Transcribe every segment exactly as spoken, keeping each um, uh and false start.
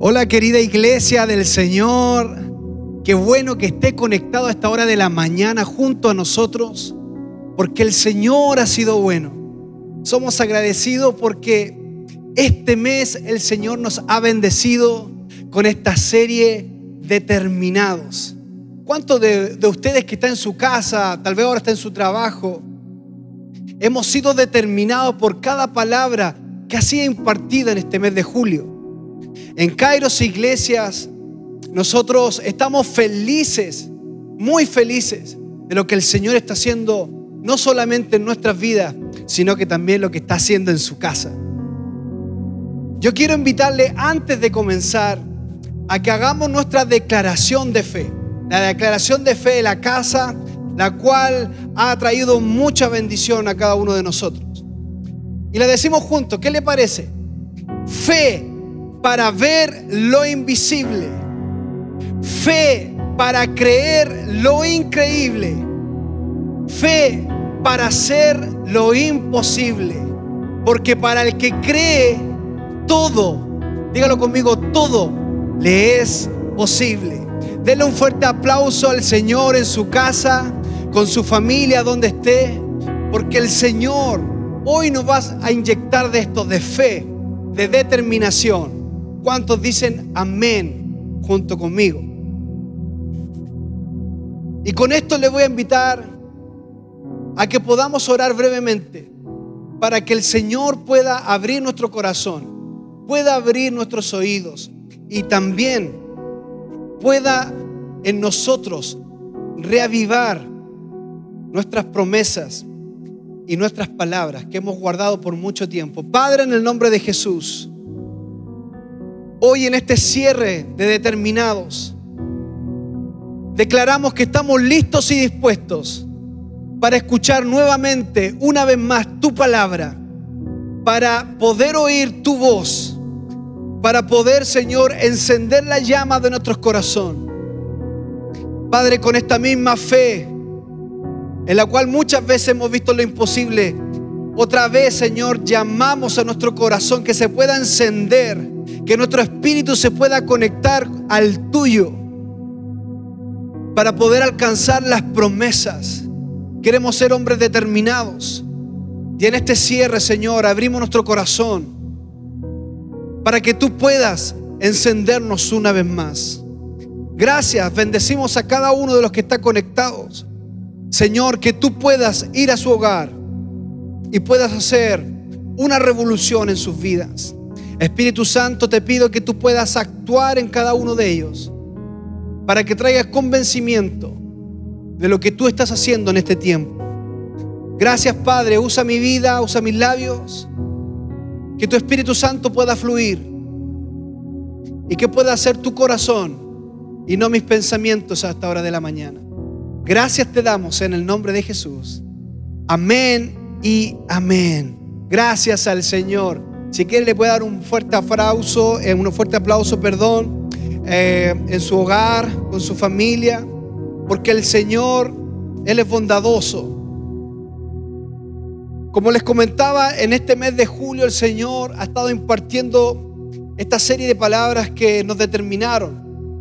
Hola querida iglesia del Señor, qué bueno que esté conectado a esta hora de la mañana junto a nosotros, porque el Señor ha sido bueno. Somos agradecidos porque este mes el Señor nos ha bendecido con esta serie Determinados. ¿Cuántos de, de ustedes que están en su casa, tal vez ahora está en su trabajo, hemos sido determinados por cada palabra que ha sido impartida en este mes de julio? En Kairos Iglesias, nosotros estamos felices, muy felices de lo que el Señor está haciendo, no solamente en nuestras vidas, sino que también lo que está haciendo en su casa. Yo quiero invitarle, antes de comenzar, a que hagamos nuestra declaración de fe. La declaración de fe de la casa, la cual ha traído mucha bendición a cada uno de nosotros. Y la decimos juntos, ¿qué le parece? Fe para ver lo invisible. Fe para creer lo increíble. Fe para hacer lo imposible. Porque para el que cree, todo, dígalo conmigo, todo le es posible. Denle un fuerte aplauso al Señor en su casa, con su familia, donde esté, porque el Señor hoy nos va a inyectar de esto, de fe, de determinación. ¿Cuántos dicen amén junto conmigo? Y con esto le voy a invitar a que podamos orar brevemente para que el Señor pueda abrir nuestro corazón, pueda abrir nuestros oídos y también pueda en nosotros reavivar nuestras promesas y nuestras palabras que hemos guardado por mucho tiempo. Padre, en el nombre de Jesús, hoy en este cierre de Determinados, declaramos que estamos listos y dispuestos para escuchar nuevamente, una vez más, tu palabra, para poder oír tu voz, para poder, Señor, encender la llama de nuestros corazones. Padre, con esta misma fe, en la cual muchas veces hemos visto lo imposible, otra vez, Señor, llamamos a nuestro corazón que se pueda encender, que nuestro espíritu se pueda conectar al tuyo para poder alcanzar las promesas. Queremos ser hombres determinados. Y en este cierre, Señor, abrimos nuestro corazón para que tú puedas encendernos una vez más. Gracias, bendecimos a cada uno de los que están conectados. Señor, que tú puedas ir a su hogar y puedas hacer una revolución en sus vidas. Espíritu Santo, te pido que tú puedas actuar en cada uno de ellos para que traigas convencimiento de lo que tú estás haciendo en este tiempo. Gracias, Padre, usa mi vida, usa mis labios, que tu Espíritu Santo pueda fluir y que pueda hacer tu corazón y no mis pensamientos a esta hora de la mañana. Gracias te damos en el nombre de Jesús. Amén y amén. Gracias al Señor. Si quiere le puede dar un fuerte aplauso, eh, un fuerte aplauso, perdón, eh, en su hogar, con su familia, porque el Señor, Él es bondadoso. Como les comentaba, en este mes de julio el Señor ha estado impartiendo esta serie de palabras que nos determinaron.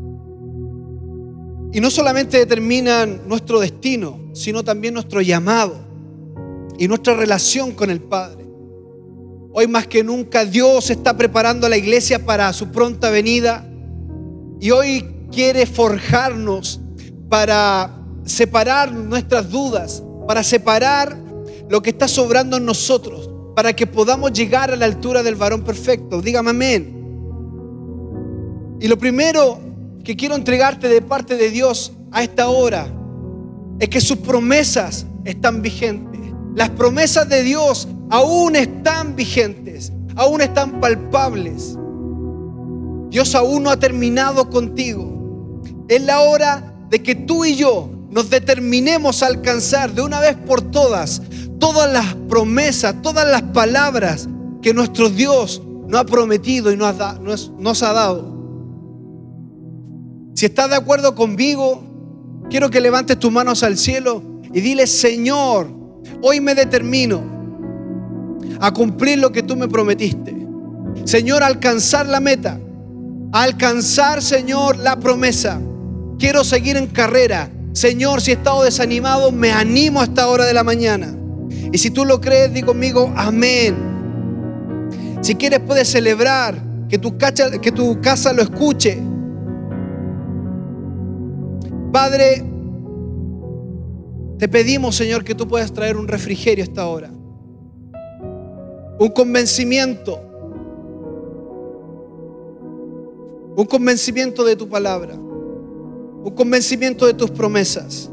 Y no solamente determinan nuestro destino, sino también nuestro llamado y nuestra relación con el Padre. Hoy más que nunca Dios está preparando a la iglesia para su pronta venida y hoy quiere forjarnos para separar nuestras dudas, para separar lo que está sobrando en nosotros, para que podamos llegar a la altura del varón perfecto. Dígame amén. Y lo primero que quiero entregarte de parte de Dios a esta hora es que sus promesas están vigentes. Las promesas de Dios aún están vigentes, aún están palpables. Dios aún no ha terminado contigo. Es la hora de que tú y yo nos determinemos a alcanzar de una vez por todas todas las promesas, todas las palabras que nuestro Dios nos ha prometido y nos ha, nos, nos ha dado. Si estás de acuerdo conmigo, quiero que levantes tus manos al cielo y dile: Señor, hoy me determino a cumplir lo que tú me prometiste. Señor, a alcanzar la meta a alcanzar, Señor, la promesa. Quiero seguir en carrera. Señor, si he estado desanimado, me animo a esta hora de la mañana. Y si tú lo crees, di conmigo, amén. Si quieres, puedes celebrar, que tu, cacha, que tu casa lo escuche. Padre, te pedimos, Señor, que tú puedas traer un refrigerio a esta hora. Un convencimiento. Un convencimiento de tu palabra. Un convencimiento de tus promesas.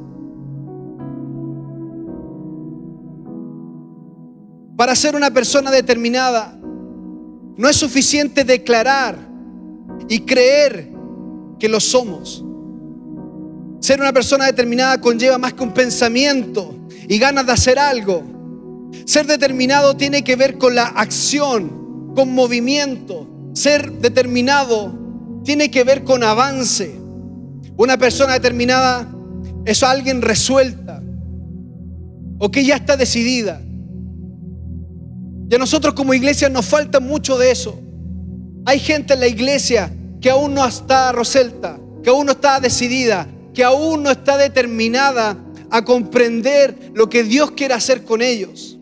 Para ser una persona determinada, no es suficiente declarar y creer que lo somos. Ser una persona determinada conlleva más que un pensamiento y ganas de hacer algo. Ser determinado tiene que ver con la acción, con movimiento. Ser determinado tiene que ver con avance. Una persona determinada es alguien resuelta o que ya está decidida. Y a nosotros como iglesia nos falta mucho de eso. Hay gente en la iglesia que aún no está resuelta, que aún no está decidida, que aún no está determinada a comprender lo que Dios quiere hacer con ellos.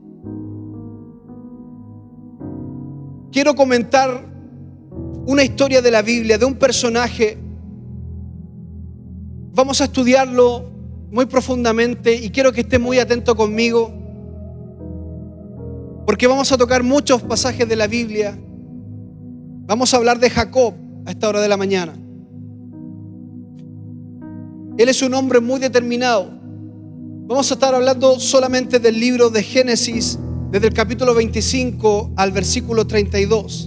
Quiero comentar una historia de la Biblia, de un personaje. Vamos a estudiarlo muy profundamente y quiero que esté muy atento conmigo, porque vamos a tocar muchos pasajes de la Biblia. Vamos a hablar de Jacob a esta hora de la mañana. Él es un hombre muy determinado. Vamos a estar hablando solamente del libro de Génesis, desde el capítulo veinticinco al versículo treinta y dos.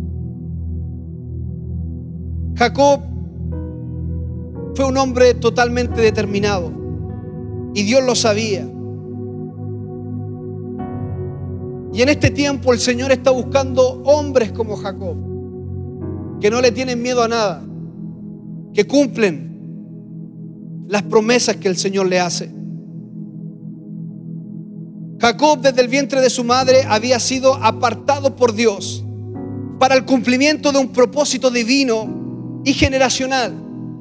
Jacob fue un hombre totalmente determinado y Dios lo sabía. Y en este tiempo el Señor está buscando hombres como Jacob, que no le tienen miedo a nada, que cumplen las promesas que el Señor le hace. Jacob, desde el vientre de su madre, había sido apartado por Dios para el cumplimiento de un propósito divino y generacional.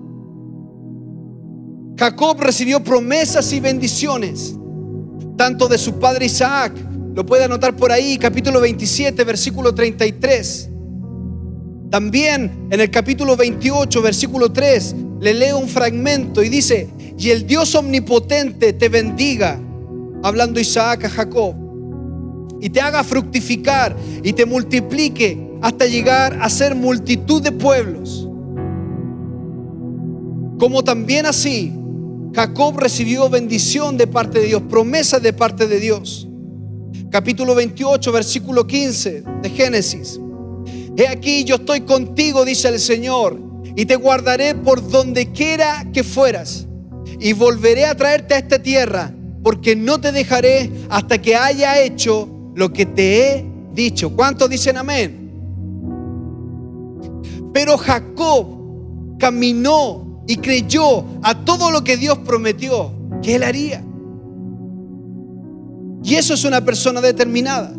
Jacob recibió promesas y bendiciones, tanto de su padre Isaac. Lo puede anotar por ahí, capítulo veintisiete, versículo treinta y tres. También en el capítulo veintiocho, versículo tres, le leo un fragmento y dice: y el Dios omnipotente te bendiga, hablando Isaac a Jacob, y te haga fructificar y te multiplique hasta llegar a ser multitud de pueblos. Como también así Jacob recibió bendición de parte de Dios, promesas de parte de Dios. Capítulo veintiocho, versículo quince de Génesis. He aquí, yo estoy contigo, dice el Señor, y te guardaré por donde quiera que fueras, y volveré a traerte a esta tierra, porque no te dejaré hasta que haya hecho lo que te he dicho. ¿Cuántos dicen amén? Pero Jacob caminó y creyó a todo lo que Dios prometió que él haría. Y eso es una persona determinada.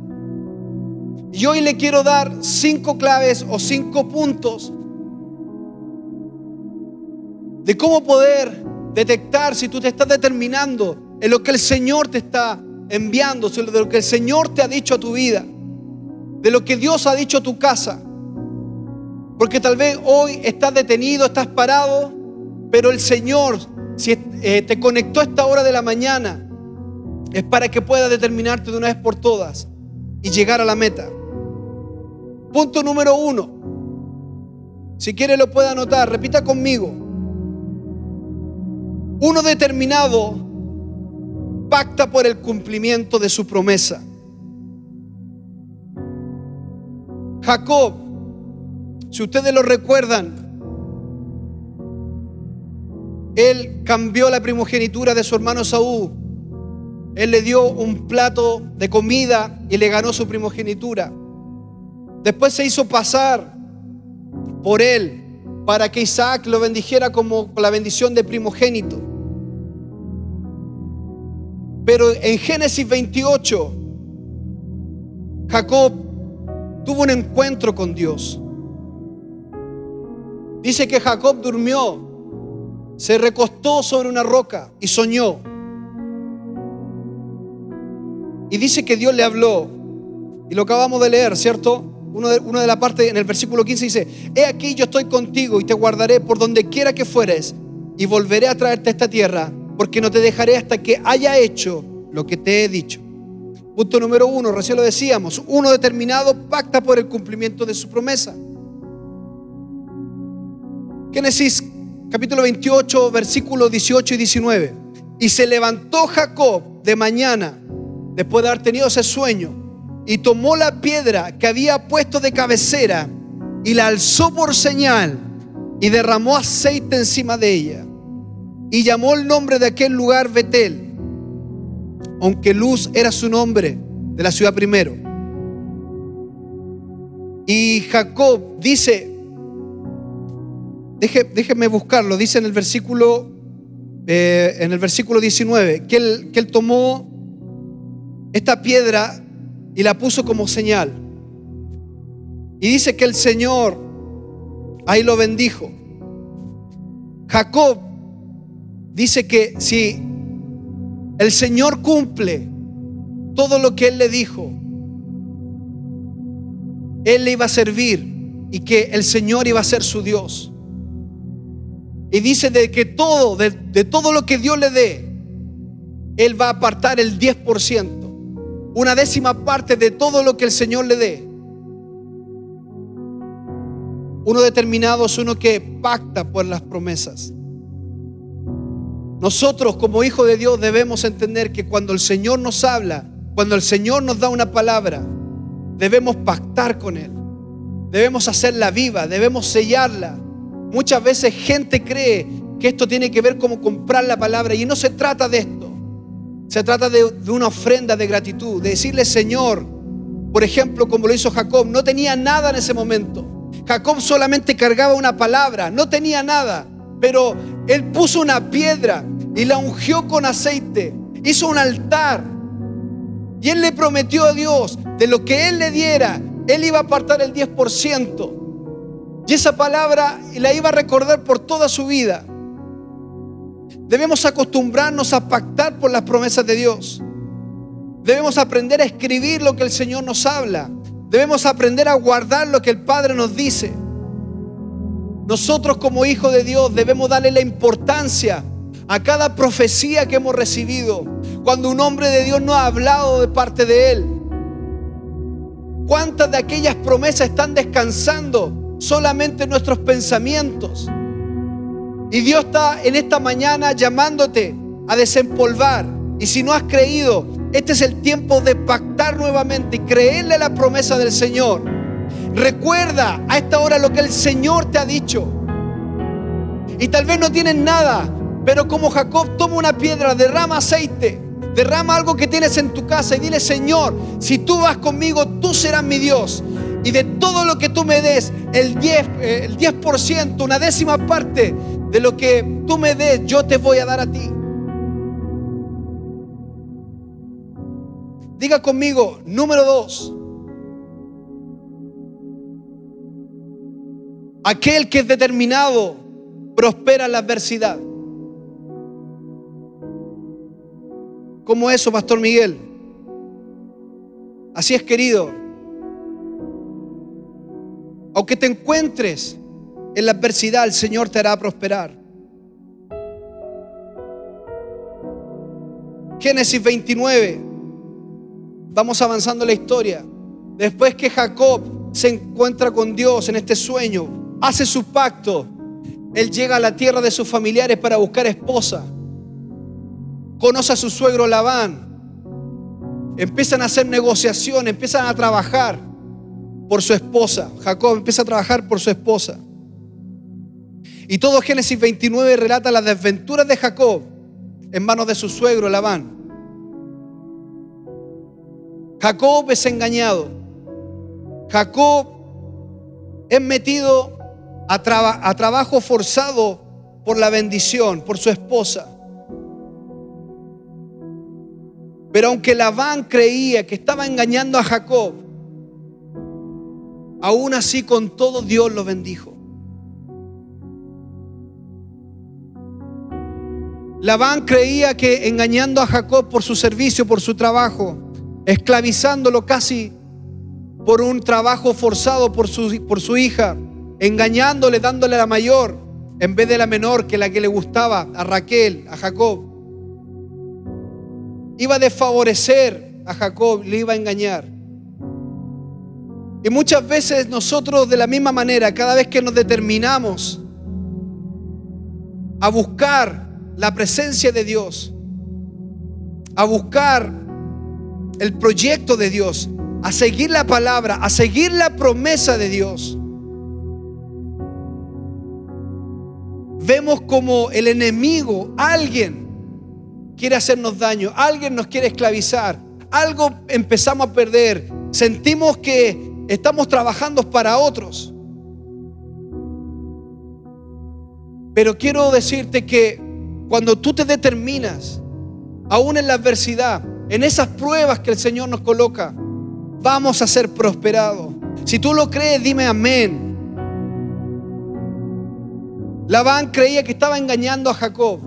Y hoy le quiero dar cinco claves o cinco puntos de cómo poder detectar si tú te estás determinando en lo que el Señor te está enviando, de lo que el Señor te ha dicho a tu vida, de lo que Dios ha dicho a tu casa. Porque tal vez hoy estás detenido, estás parado, pero el Señor, si eh, te conectó a esta hora de la mañana, es para que puedas determinarte de una vez por todas y llegar a la meta. Punto número uno. Si quiere lo puede anotar, repita conmigo. Uno determinado pacta por el cumplimiento de su promesa. Jacob, si ustedes lo recuerdan, él cambió la primogenitura de su hermano Saúl. Él le dio un plato de comida y le ganó su primogenitura. Después se hizo pasar por él para que Isaac lo bendijera como la bendición de primogénito. Pero en Génesis veintiocho, Jacob tuvo un encuentro con Dios. Dice que Jacob durmió, se recostó sobre una roca y soñó. Y dice que Dios le habló. Y lo acabamos de leer, ¿cierto? Uno de, uno de la parte en el versículo quince dice: he aquí yo estoy contigo y te guardaré por donde quiera que fueres, y volveré a traerte a esta tierra, porque no te dejaré hasta que haya hecho lo que te he dicho. Punto número uno, recién lo decíamos, uno determinado pacta por el cumplimiento de su promesa. Génesis capítulo veintiocho, versículos dieciocho y diecinueve. Y se levantó Jacob de mañana, después de haber tenido ese sueño, y tomó la piedra que había puesto de cabecera y la alzó por señal y derramó aceite encima de ella. Y llamó el nombre de aquel lugar Betel, aunque Luz era su nombre de la ciudad primero. Y Jacob dice, deje, déjeme buscarlo, dice en el versículo eh, en el versículo diecinueve que él, que él tomó esta piedra y la puso como señal. Y dice que el Señor ahí lo bendijo. Jacob dice que si el Señor cumple todo lo que Él le dijo, Él le iba a servir y que el Señor iba a ser su Dios. Y dice de que todo, de, de todo lo que Dios le dé, Él va a apartar el diez por ciento, una décima parte de todo lo que el Señor le dé. Uno determinado es uno que pacta por las promesas. Nosotros como hijos de Dios debemos entender que cuando el Señor nos habla, cuando el Señor nos da una palabra, debemos pactar con Él. Debemos hacerla viva, debemos sellarla. Muchas veces gente cree que esto tiene que ver como comprar la palabra, y no se trata de esto. Se trata de, de una ofrenda de gratitud, de decirle: Señor, por ejemplo, como lo hizo Jacob, no tenía nada en ese momento. Jacob solamente cargaba una palabra, no tenía nada, pero él puso una piedra y la ungió con aceite, hizo un altar, y él le prometió a Dios de lo que él le diera, él iba a apartar el diez por ciento, y esa palabra la iba a recordar por toda su vida. Debemos acostumbrarnos a pactar por las promesas de Dios. Debemos aprender a escribir lo que el Señor nos habla. Debemos aprender a guardar lo que el Padre nos dice. Nosotros como hijos de Dios debemos darle la importancia a cada profecía que hemos recibido. Cuando un hombre de Dios nos ha hablado de parte de Él, ¿cuántas de aquellas promesas están descansando solamente en nuestros pensamientos? Y Dios está en esta mañana llamándote a desempolvar. Y si no has creído, este es el tiempo de pactar nuevamente y creerle la promesa del Señor. Recuerda a esta hora lo que el Señor te ha dicho. Y tal vez no tienes nada, pero como Jacob, toma una piedra, derrama aceite, derrama algo que tienes en tu casa y dile: Señor, si tú vas conmigo, tú serás mi Dios. Y de todo lo que tú me des, el diez, eh, el diez por ciento, una décima parte de lo que tú me des, yo te voy a dar a ti. Diga conmigo, número dos. Aquel que es determinado prospera en la adversidad. ¿Cómo eso, Pastor Miguel? Así es, querido. Aunque te encuentres en la adversidad, el Señor te hará prosperar. Génesis veintinueve. Vamos avanzando la historia. Después que Jacob se encuentra con Dios en este sueño, hace su pacto, él llega a la tierra de sus familiares para buscar esposa. Conoce a su suegro Labán. Empiezan a hacer negociación, empiezan a trabajar por su esposa. Jacob empieza a trabajar por su esposa. Y todo Génesis veintinueve relata las desventuras de Jacob en manos de su suegro Labán. Jacob es engañado. Jacob es metido a, traba, a trabajo forzado por la bendición, por su esposa. Pero aunque Labán creía que estaba engañando a Jacob, aún así con todo Dios lo bendijo. Labán creía que engañando a Jacob por su servicio, por su trabajo, esclavizándolo casi por un trabajo forzado por su, por su hija, engañándole, dándole la mayor en vez de la menor, que la que le gustaba, a Raquel, a Jacob, iba a desfavorecer a Jacob, le iba a engañar. Y muchas veces nosotros de la misma manera, cada vez que nos determinamos a buscar la presencia de Dios, a buscar el proyecto de Dios, a seguir la palabra, a seguir la promesa de Dios, vemos como el enemigo, alguien quiere hacernos daño, alguien nos quiere esclavizar, algo empezamos a perder, sentimos que estamos trabajando para otros. Pero quiero decirte que cuando tú te determinas, aún en la adversidad, en esas pruebas que el Señor nos coloca, vamos a ser prosperados. Si tú lo crees, dime amén. Labán creía que estaba engañando a Jacob,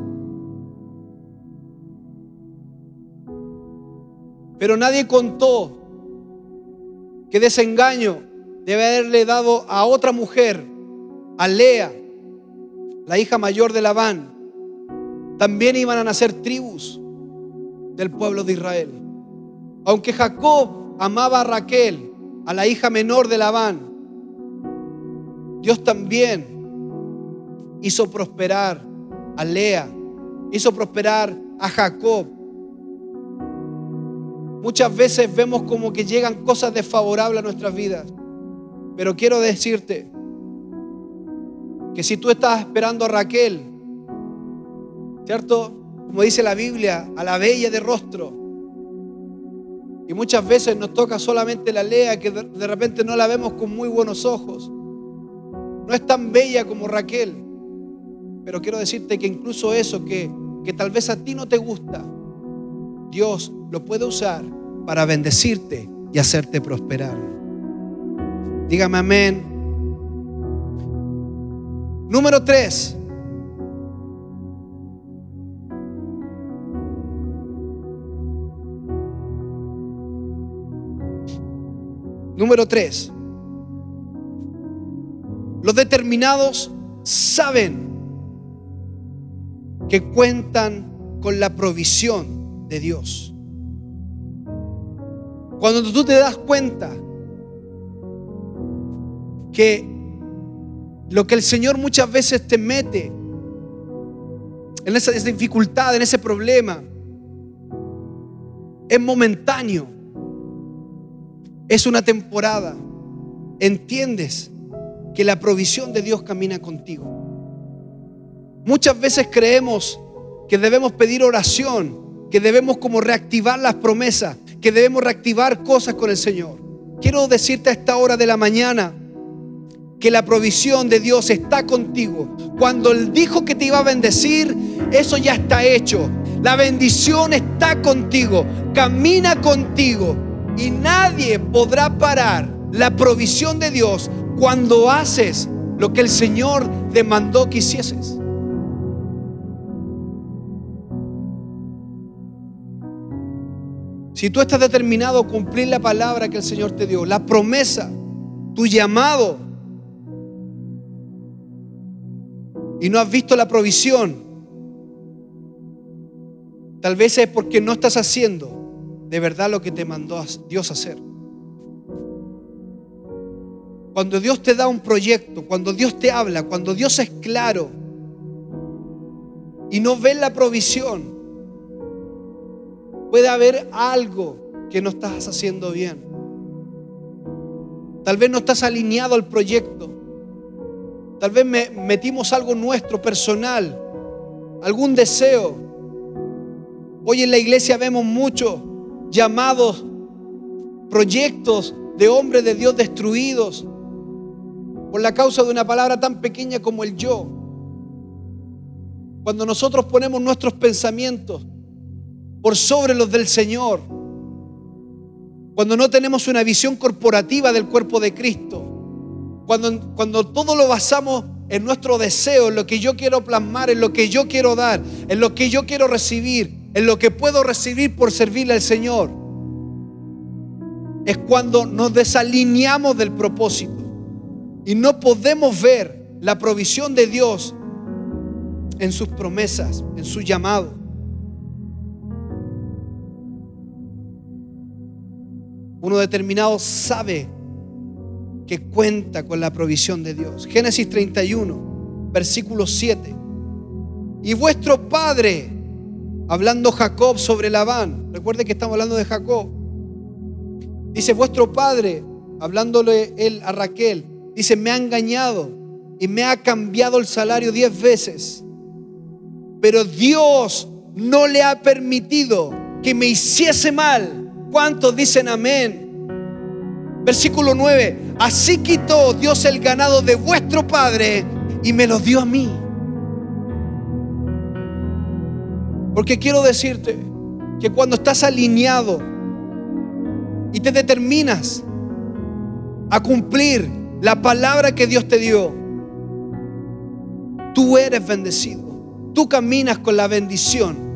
pero nadie contó que de ese engaño debe haberle dado a otra mujer, a Lea, la hija mayor de Labán. También iban a nacer tribus del pueblo de Israel. Aunque Jacob amaba a Raquel, a la hija menor de Labán, Dios también hizo prosperar a Lea, hizo prosperar a Jacob. Muchas veces vemos como que llegan cosas desfavorables a nuestras vidas, pero quiero decirte que si tú estás esperando a Raquel, ¿cierto? Como dice la Biblia, a la bella de rostro, y muchas veces nos toca solamente la Lea, que de repente no la vemos con muy buenos ojos, no es tan bella como Raquel, pero quiero decirte que incluso eso que, que tal vez a ti no te gusta, Dios lo puede usar para bendecirte y hacerte prosperar. Dígame amén. Número tres. Número tres. Los determinados saben que cuentan con la provisión de Dios. Cuando tú te das cuenta que lo que el Señor muchas veces te mete en esa, esa dificultad, en ese problema, es momentáneo, es una temporada, entiendes que la provisión de Dios camina contigo. Muchas veces creemos que debemos pedir oración, que debemos como reactivar las promesas, que debemos reactivar cosas con el Señor. Quiero decirte a esta hora de la mañana que la provisión de Dios está contigo. Cuando Él dijo que te iba a bendecir, eso ya está hecho. La bendición está contigo, camina contigo, y nadie podrá parar la provisión de Dios cuando haces lo que el Señor demandó que hicieses. Si tú estás determinado a cumplir la palabra que el Señor te dio, la promesa, tu llamado, y no has visto la provisión, tal vez es porque no estás haciendo de verdad lo que te mandó Dios hacer. Cuando Dios te da un proyecto, cuando Dios te habla, cuando Dios es claro y no ves la provisión, puede haber algo que no estás haciendo bien. Tal vez no estás alineado al proyecto. Tal vez me metimos algo nuestro, personal, algún deseo. Hoy en la iglesia vemos muchos llamados, proyectos de hombres de Dios destruidos por la causa de una palabra tan pequeña como el yo. Cuando nosotros ponemos nuestros pensamientos por sobre los del Señor, cuando no tenemos una visión corporativa del cuerpo de Cristo, cuando, cuando todo lo basamos en nuestro deseo, en lo que yo quiero plasmar, en lo que yo quiero dar, en lo que yo quiero recibir, en lo que puedo recibir por servirle al Señor, es cuando nos desalineamos del propósito y no podemos ver la provisión de Dios en sus promesas, en su llamado. Uno determinado sabe que cuenta con la provisión de Dios. Génesis treinta y uno, versículo siete. Y vuestro padre, hablando Jacob sobre Labán, recuerde que estamos hablando de Jacob, dice: vuestro padre, hablándole él a Raquel, dice: me ha engañado y me ha cambiado el salario diez veces, pero Dios no le ha permitido que me hiciese mal. ¿Cuántos dicen amén? Versículo nueve. Así quitó Dios el ganado de vuestro padre y me lo dio a mí. Porque quiero decirte que cuando estás alineado y te determinas a cumplir la palabra que Dios te dio, tú eres bendecido. Tú caminas con la bendición.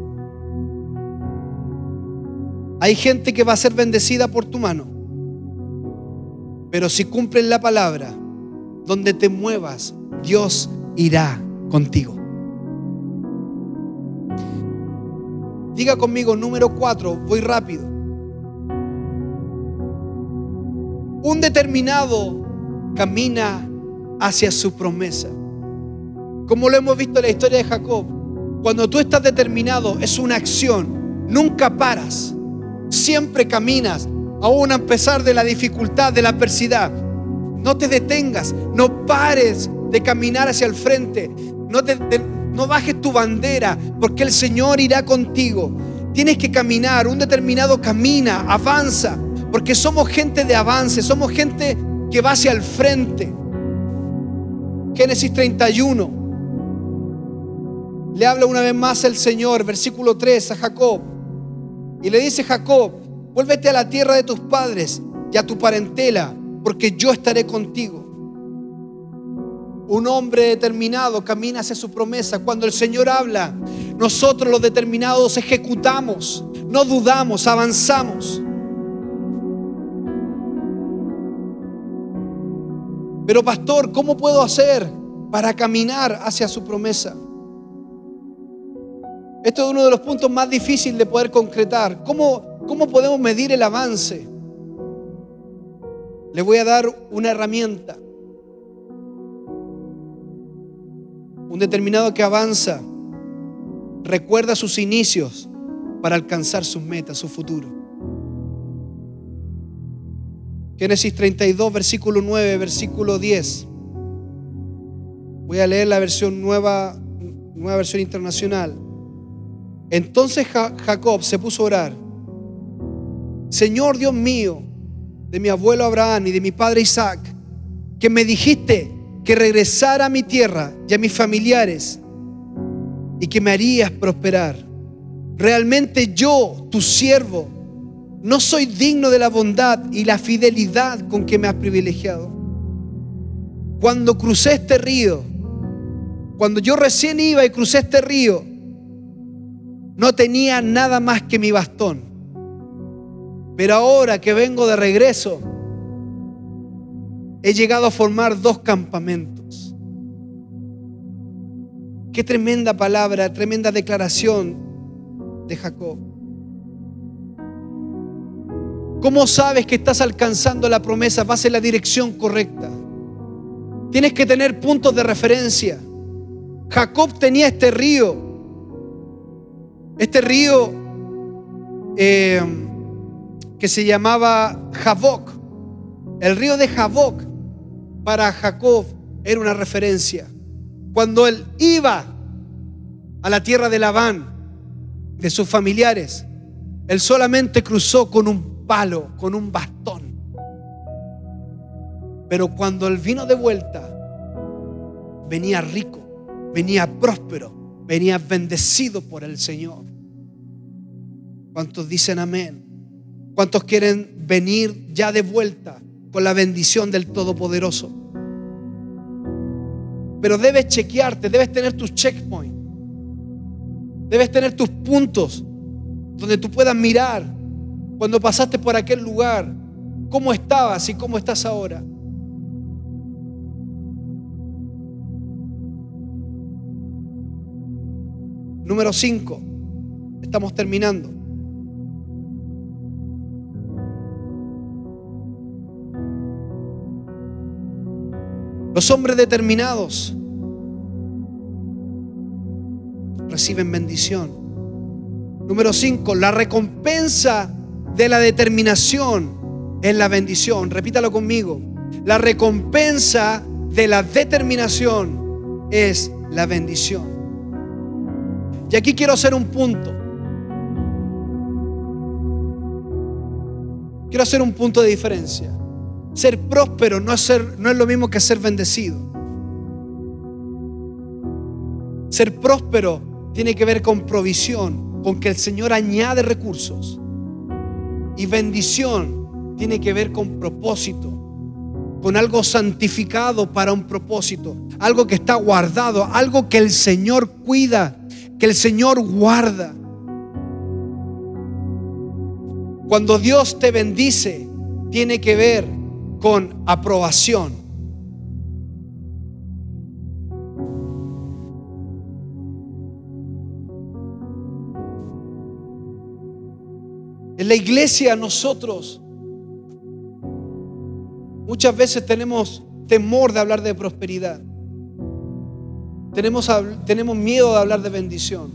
Hay gente que va a ser bendecida por tu mano, pero si cumples la palabra, donde te muevas, Dios irá contigo. Diga conmigo, número cuatro, voy rápido. Un determinado camina hacia su promesa. Como lo hemos visto en la historia de Jacob, cuando tú estás determinado, es una acción, nunca paras. Siempre caminas, aún a pesar de la dificultad, de la adversidad. No te detengas, no pares de caminar hacia el frente. No, te, te, no bajes tu bandera, porque el Señor irá contigo. Tienes que caminar, un determinado camina, avanza, porque somos gente de avance, somos gente que va hacia el frente. Génesis treinta y uno. Le habla una vez más el Señor, versículo tres, a Jacob. Y le dice: Jacob, vuélvete a la tierra de tus padres y a tu parentela, porque yo estaré contigo. Un hombre determinado camina hacia su promesa. Cuando el Señor habla, nosotros los determinados ejecutamos, no dudamos, avanzamos. Pero pastor, ¿cómo puedo hacer para caminar hacia su promesa? Esto es uno de los puntos más difíciles de poder concretar. ¿Cómo, cómo podemos medir el avance? Le voy a dar una herramienta. Un determinado que avanza recuerda sus inicios para alcanzar sus metas, su futuro. Génesis treinta y dos, versículo nueve, versículo diez. Voy a leer la versión nueva, nueva versión internacional. Entonces Jacob se puso a orar: Señor Dios mío, de mi abuelo Abraham y de mi padre Isaac, que me dijiste que regresara a mi tierra y a mis familiares y que me harías prosperar. Realmente yo, tu siervo, no soy digno de la bondad y la fidelidad con que me has privilegiado. Cuando crucé este río, cuando yo recién iba y crucé este río, no tenía nada más que mi bastón. Pero ahora que vengo de regreso, he llegado a formar dos campamentos. Qué tremenda palabra, tremenda declaración de Jacob. ¿Cómo sabes que estás alcanzando la promesa? Vas en la dirección correcta. Tienes que tener puntos de referencia. Jacob tenía este río. Este río eh, que se llamaba Jaboc. El río de Jaboc para Jacob era una referencia. Cuando él iba a la tierra de Labán, de sus familiares, él solamente cruzó con un palo, con un bastón. Pero cuando él vino de vuelta, venía rico, venía próspero, venía bendecido por el Señor. ¿Cuántos dicen amén? ¿Cuántos quieren venir ya de vuelta con la bendición del Todopoderoso? pero debes chequearte, debes tener tus checkpoints, debes tener tus puntos donde tú puedas mirar cuando pasaste por aquel lugar, cómo estabas y cómo estás ahora. Número cinco, estamos terminando. Los hombres determinados reciben bendición. Número cinco, la recompensa de la determinación es la bendición. Repítalo conmigo. La recompensa de la determinación es la bendición. Y aquí quiero hacer un punto. Quiero hacer un punto de diferencia. Ser próspero no es, ser, no es lo mismo que ser bendecido. Ser próspero tiene que ver con provisión, con que el Señor añade recursos. Y bendición tiene que ver con propósito, con algo santificado para un propósito, algo que está guardado, algo que el Señor cuida, que el Señor guarda. Cuando Dios te bendice, tiene que ver con aprobación. En la iglesia nosotros muchas veces tenemos temor de hablar de prosperidad. Tenemos, tenemos miedo de hablar de bendición.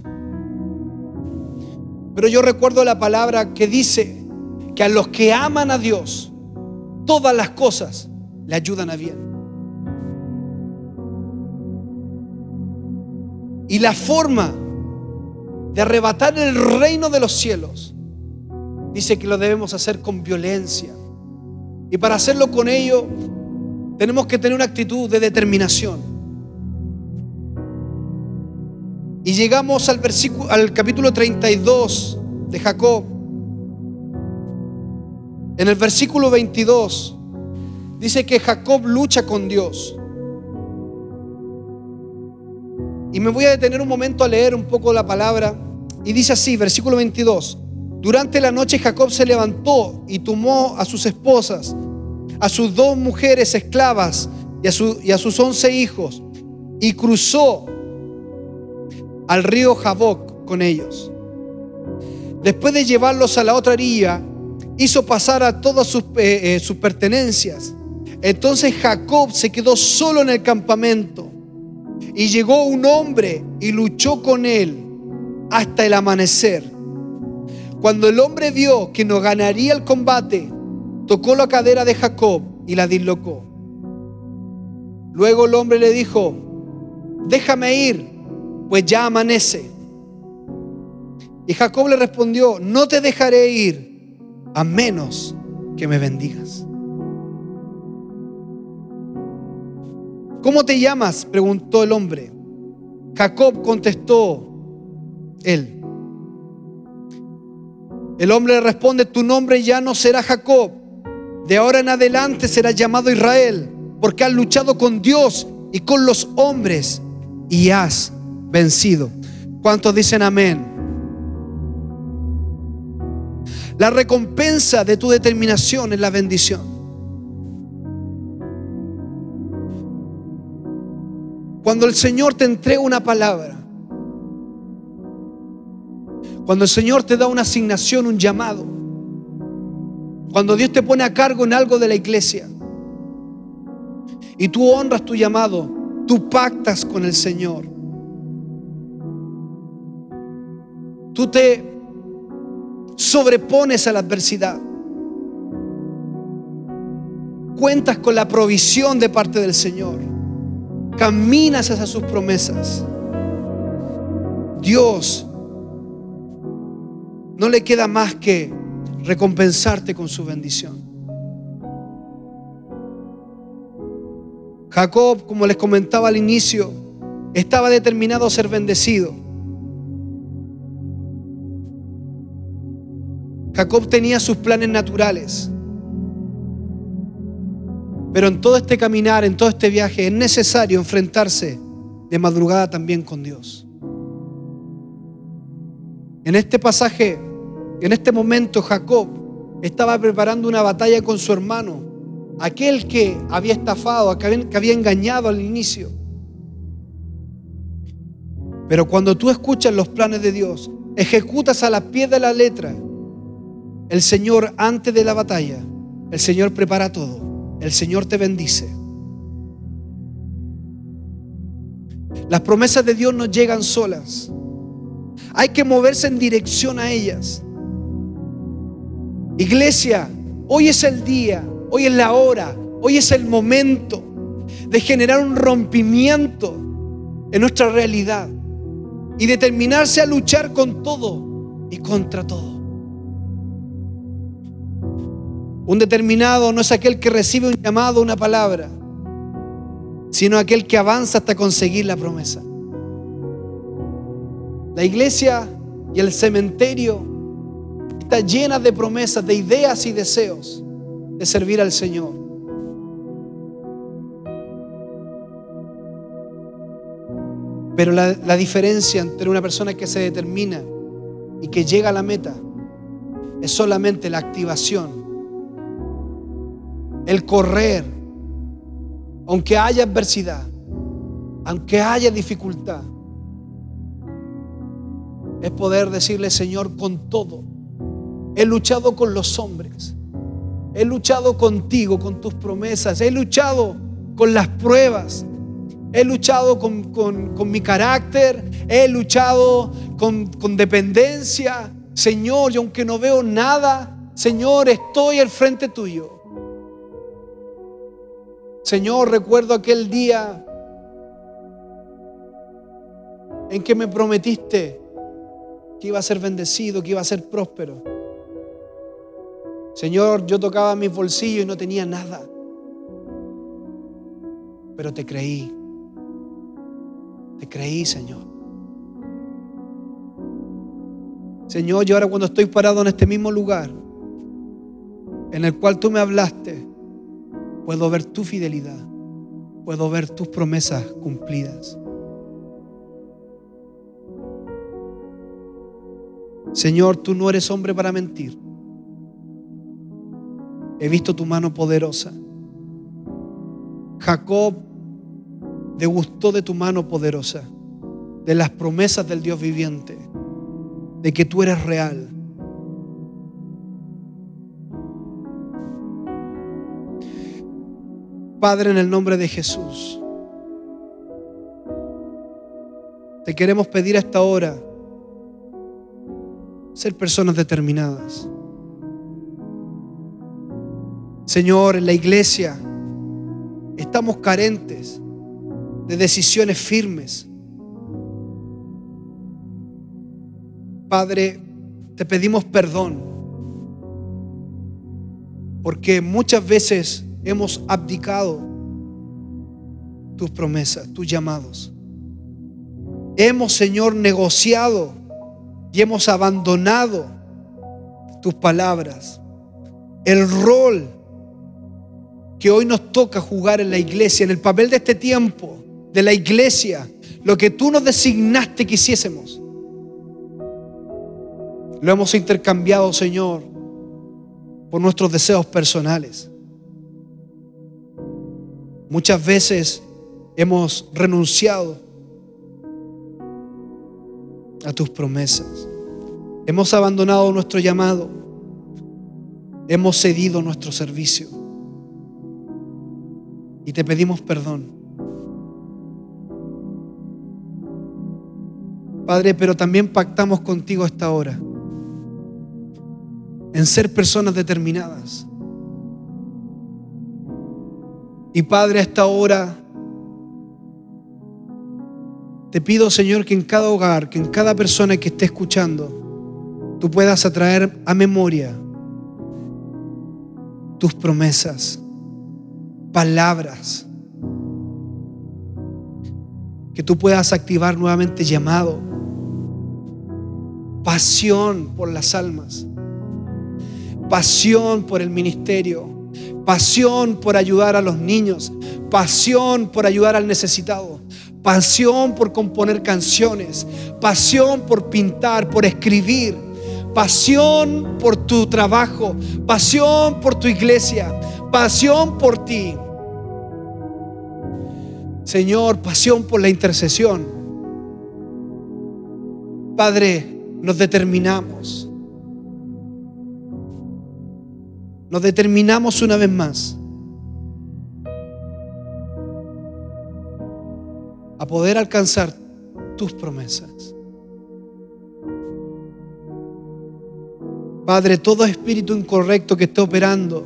Pero yo recuerdo la palabra que dice que a los que aman a Dios, todas las cosas le ayudan a bien. Y la forma de arrebatar el reino de los cielos dice que lo debemos hacer con violencia. Y para hacerlo con ello tenemos que tener una actitud de determinación. Y llegamos al versículo, al capítulo treinta y dos de Jacob. En el versículo veintidós dice que Jacob lucha con Dios. Y me voy a detener un momento a leer un poco la palabra. Y dice así, versículo veintidós: durante la noche Jacob se levantó y tomó a sus esposas, a sus dos mujeres esclavas y a, su, y a sus once hijos, y cruzó al río Jaboc con ellos. Después de llevarlos a la otra orilla, hizo pasar a todas sus, eh, eh, sus pertenencias. Entonces Jacob se quedó solo en el campamento, y llegó un hombre y luchó con él hasta el amanecer. Cuando el hombre vio que no ganaría el combate, tocó la cadera de Jacob y la dislocó. Luego el hombre le dijo: déjame ir, pues ya amanece. Y Jacob le respondió: no te dejaré ir a menos que me bendigas. ¿Cómo te llamas?, preguntó el hombre. Jacob contestó él. El hombre le responde: tu nombre ya no será Jacob, de ahora en adelante serás llamado Israel, porque has luchado con Dios y con los hombres y has vencido. ¿Cuántos dicen amén? La recompensa de tu determinación es la bendición. Cuando el Señor te entrega una palabra, cuando el Señor te da una asignación, un llamado, cuando Dios te pone a cargo en algo de la iglesia y tú honras tu llamado, tú pactas con el Señor. Tú te sobrepones a la adversidad. Cuentas con la provisión de parte del Señor. Caminas hacia sus promesas. Dios no le queda más que recompensarte con su bendición. Jacob, como les comentaba al inicio, estaba determinado a ser bendecido. Jacob tenía sus planes naturales. Pero en todo este caminar, en todo este viaje, es necesario enfrentarse de madrugada también con Dios. En este pasaje, en este momento, Jacob estaba preparando una batalla con su hermano, aquel que había estafado, que había, que había engañado al inicio. Pero cuando tú escuchas los planes de Dios, ejecutas a la pie de la letra, el Señor, antes de la batalla, el Señor prepara todo. El Señor te bendice. Las promesas de Dios no llegan solas. Hay que moverse en dirección a ellas. Iglesia, hoy es el día, hoy es la hora, hoy es el momento de generar un rompimiento en nuestra realidad y determinarse a luchar con todo y contra todo. Un determinado no es aquel que recibe un llamado, una palabra, sino aquel que avanza hasta conseguir la promesa. La iglesia y el cementerio está llena de promesas, de ideas y deseos de servir al Señor. Pero la, la diferencia entre una persona que se determina y que llega a la meta es solamente la activación. El correr, aunque haya adversidad, aunque haya dificultad, es poder decirle: Señor, con todo, he luchado con los hombres, he luchado contigo, con tus promesas, he luchado con las pruebas, he luchado con, con, con mi carácter, he luchado con, con dependencia. Señor, y aunque no veo nada, Señor, estoy al frente tuyo. Señor, recuerdo aquel día en que me prometiste que iba a ser bendecido, que iba a ser próspero. Señor, yo tocaba mis bolsillos y no tenía nada, pero te creí, te creí, Señor. Señor, yo ahora cuando estoy parado en este mismo lugar en el cual tú me hablaste, puedo ver tu fidelidad, puedo ver tus promesas cumplidas. Señor, tú no eres hombre para mentir. He visto tu mano poderosa. Jacob degustó de tu mano poderosa, de las promesas del Dios viviente, de que tú eres real. Padre, en el nombre de Jesús, te queremos pedir a esta hora ser personas determinadas. Señor, en la iglesia estamos carentes de decisiones firmes. Padre, te pedimos perdón porque muchas veces hemos abdicado tus promesas, tus llamados. Hemos, Señor, negociado y hemos abandonado tus palabras. El rol que hoy nos toca jugar en la iglesia, en el papel de este tiempo, de la iglesia, lo que tú nos designaste que hiciésemos, lo hemos intercambiado, Señor, por nuestros deseos personales. Muchas veces hemos renunciado a tus promesas. Hemos abandonado nuestro llamado. Hemos cedido nuestro servicio. Y te pedimos perdón. Padre, pero también pactamos contigo a esta hora en ser personas determinadas. Y Padre, a esta hora te pido, Señor, que en cada hogar, que en cada persona que esté escuchando, tú puedas atraer a memoria tus promesas, palabras, que tú puedas activar nuevamente llamado, pasión por las almas, pasión por el ministerio, pasión por ayudar a los niños, pasión por ayudar al necesitado, pasión por componer canciones, pasión por pintar, por escribir, pasión por tu trabajo, pasión por tu iglesia, pasión por ti. Señor, pasión por la intercesión. Padre, nos determinamos. Nos determinamos una vez más a poder alcanzar tus promesas. Padre, todo espíritu incorrecto que esté operando,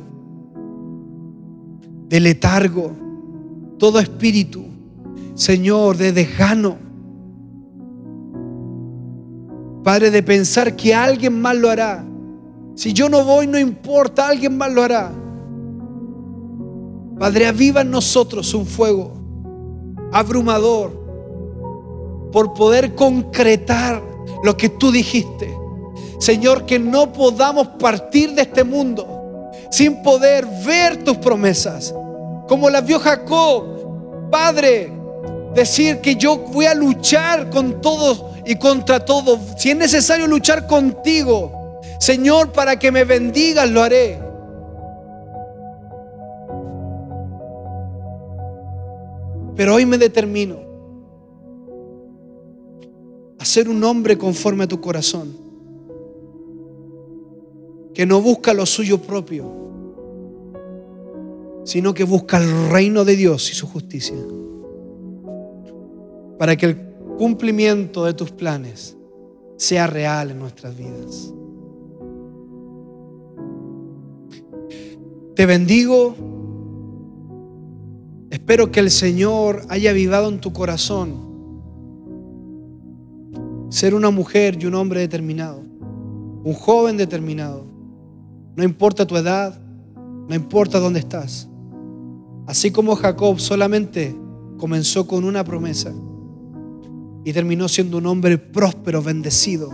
de letargo, todo espíritu, Señor, de desgano, Padre, de pensar que alguien más lo hará. Si yo no voy, no importa, alguien más lo hará. Padre, aviva en nosotros un fuego abrumador por poder concretar lo que tú dijiste. Señor, que no podamos partir de este mundo sin poder ver tus promesas, como las vio Jacob. Padre, decir que yo voy a luchar con todos y contra todos. Si es necesario luchar contigo, Señor, para que me bendigas, lo haré. Pero hoy me determino a ser un hombre conforme a tu corazón, que no busca lo suyo propio, sino que busca el reino de Dios y su justicia, para que el cumplimiento de tus planes sea real en nuestras vidas. Te bendigo. Espero que el Señor haya avivado en tu corazón ser una mujer y un hombre determinado, un joven determinado. No importa tu edad, no importa dónde estás. Así como Jacob solamente comenzó con una promesa y terminó siendo un hombre próspero, bendecido,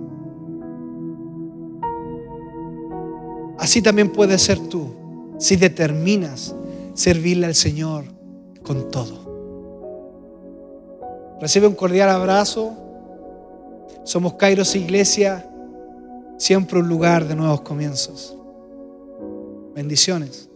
así también puedes ser tú si determinas servirle al Señor con todo. Recibe un cordial abrazo. Somos Kairos Iglesia, siempre un lugar de nuevos comienzos. Bendiciones.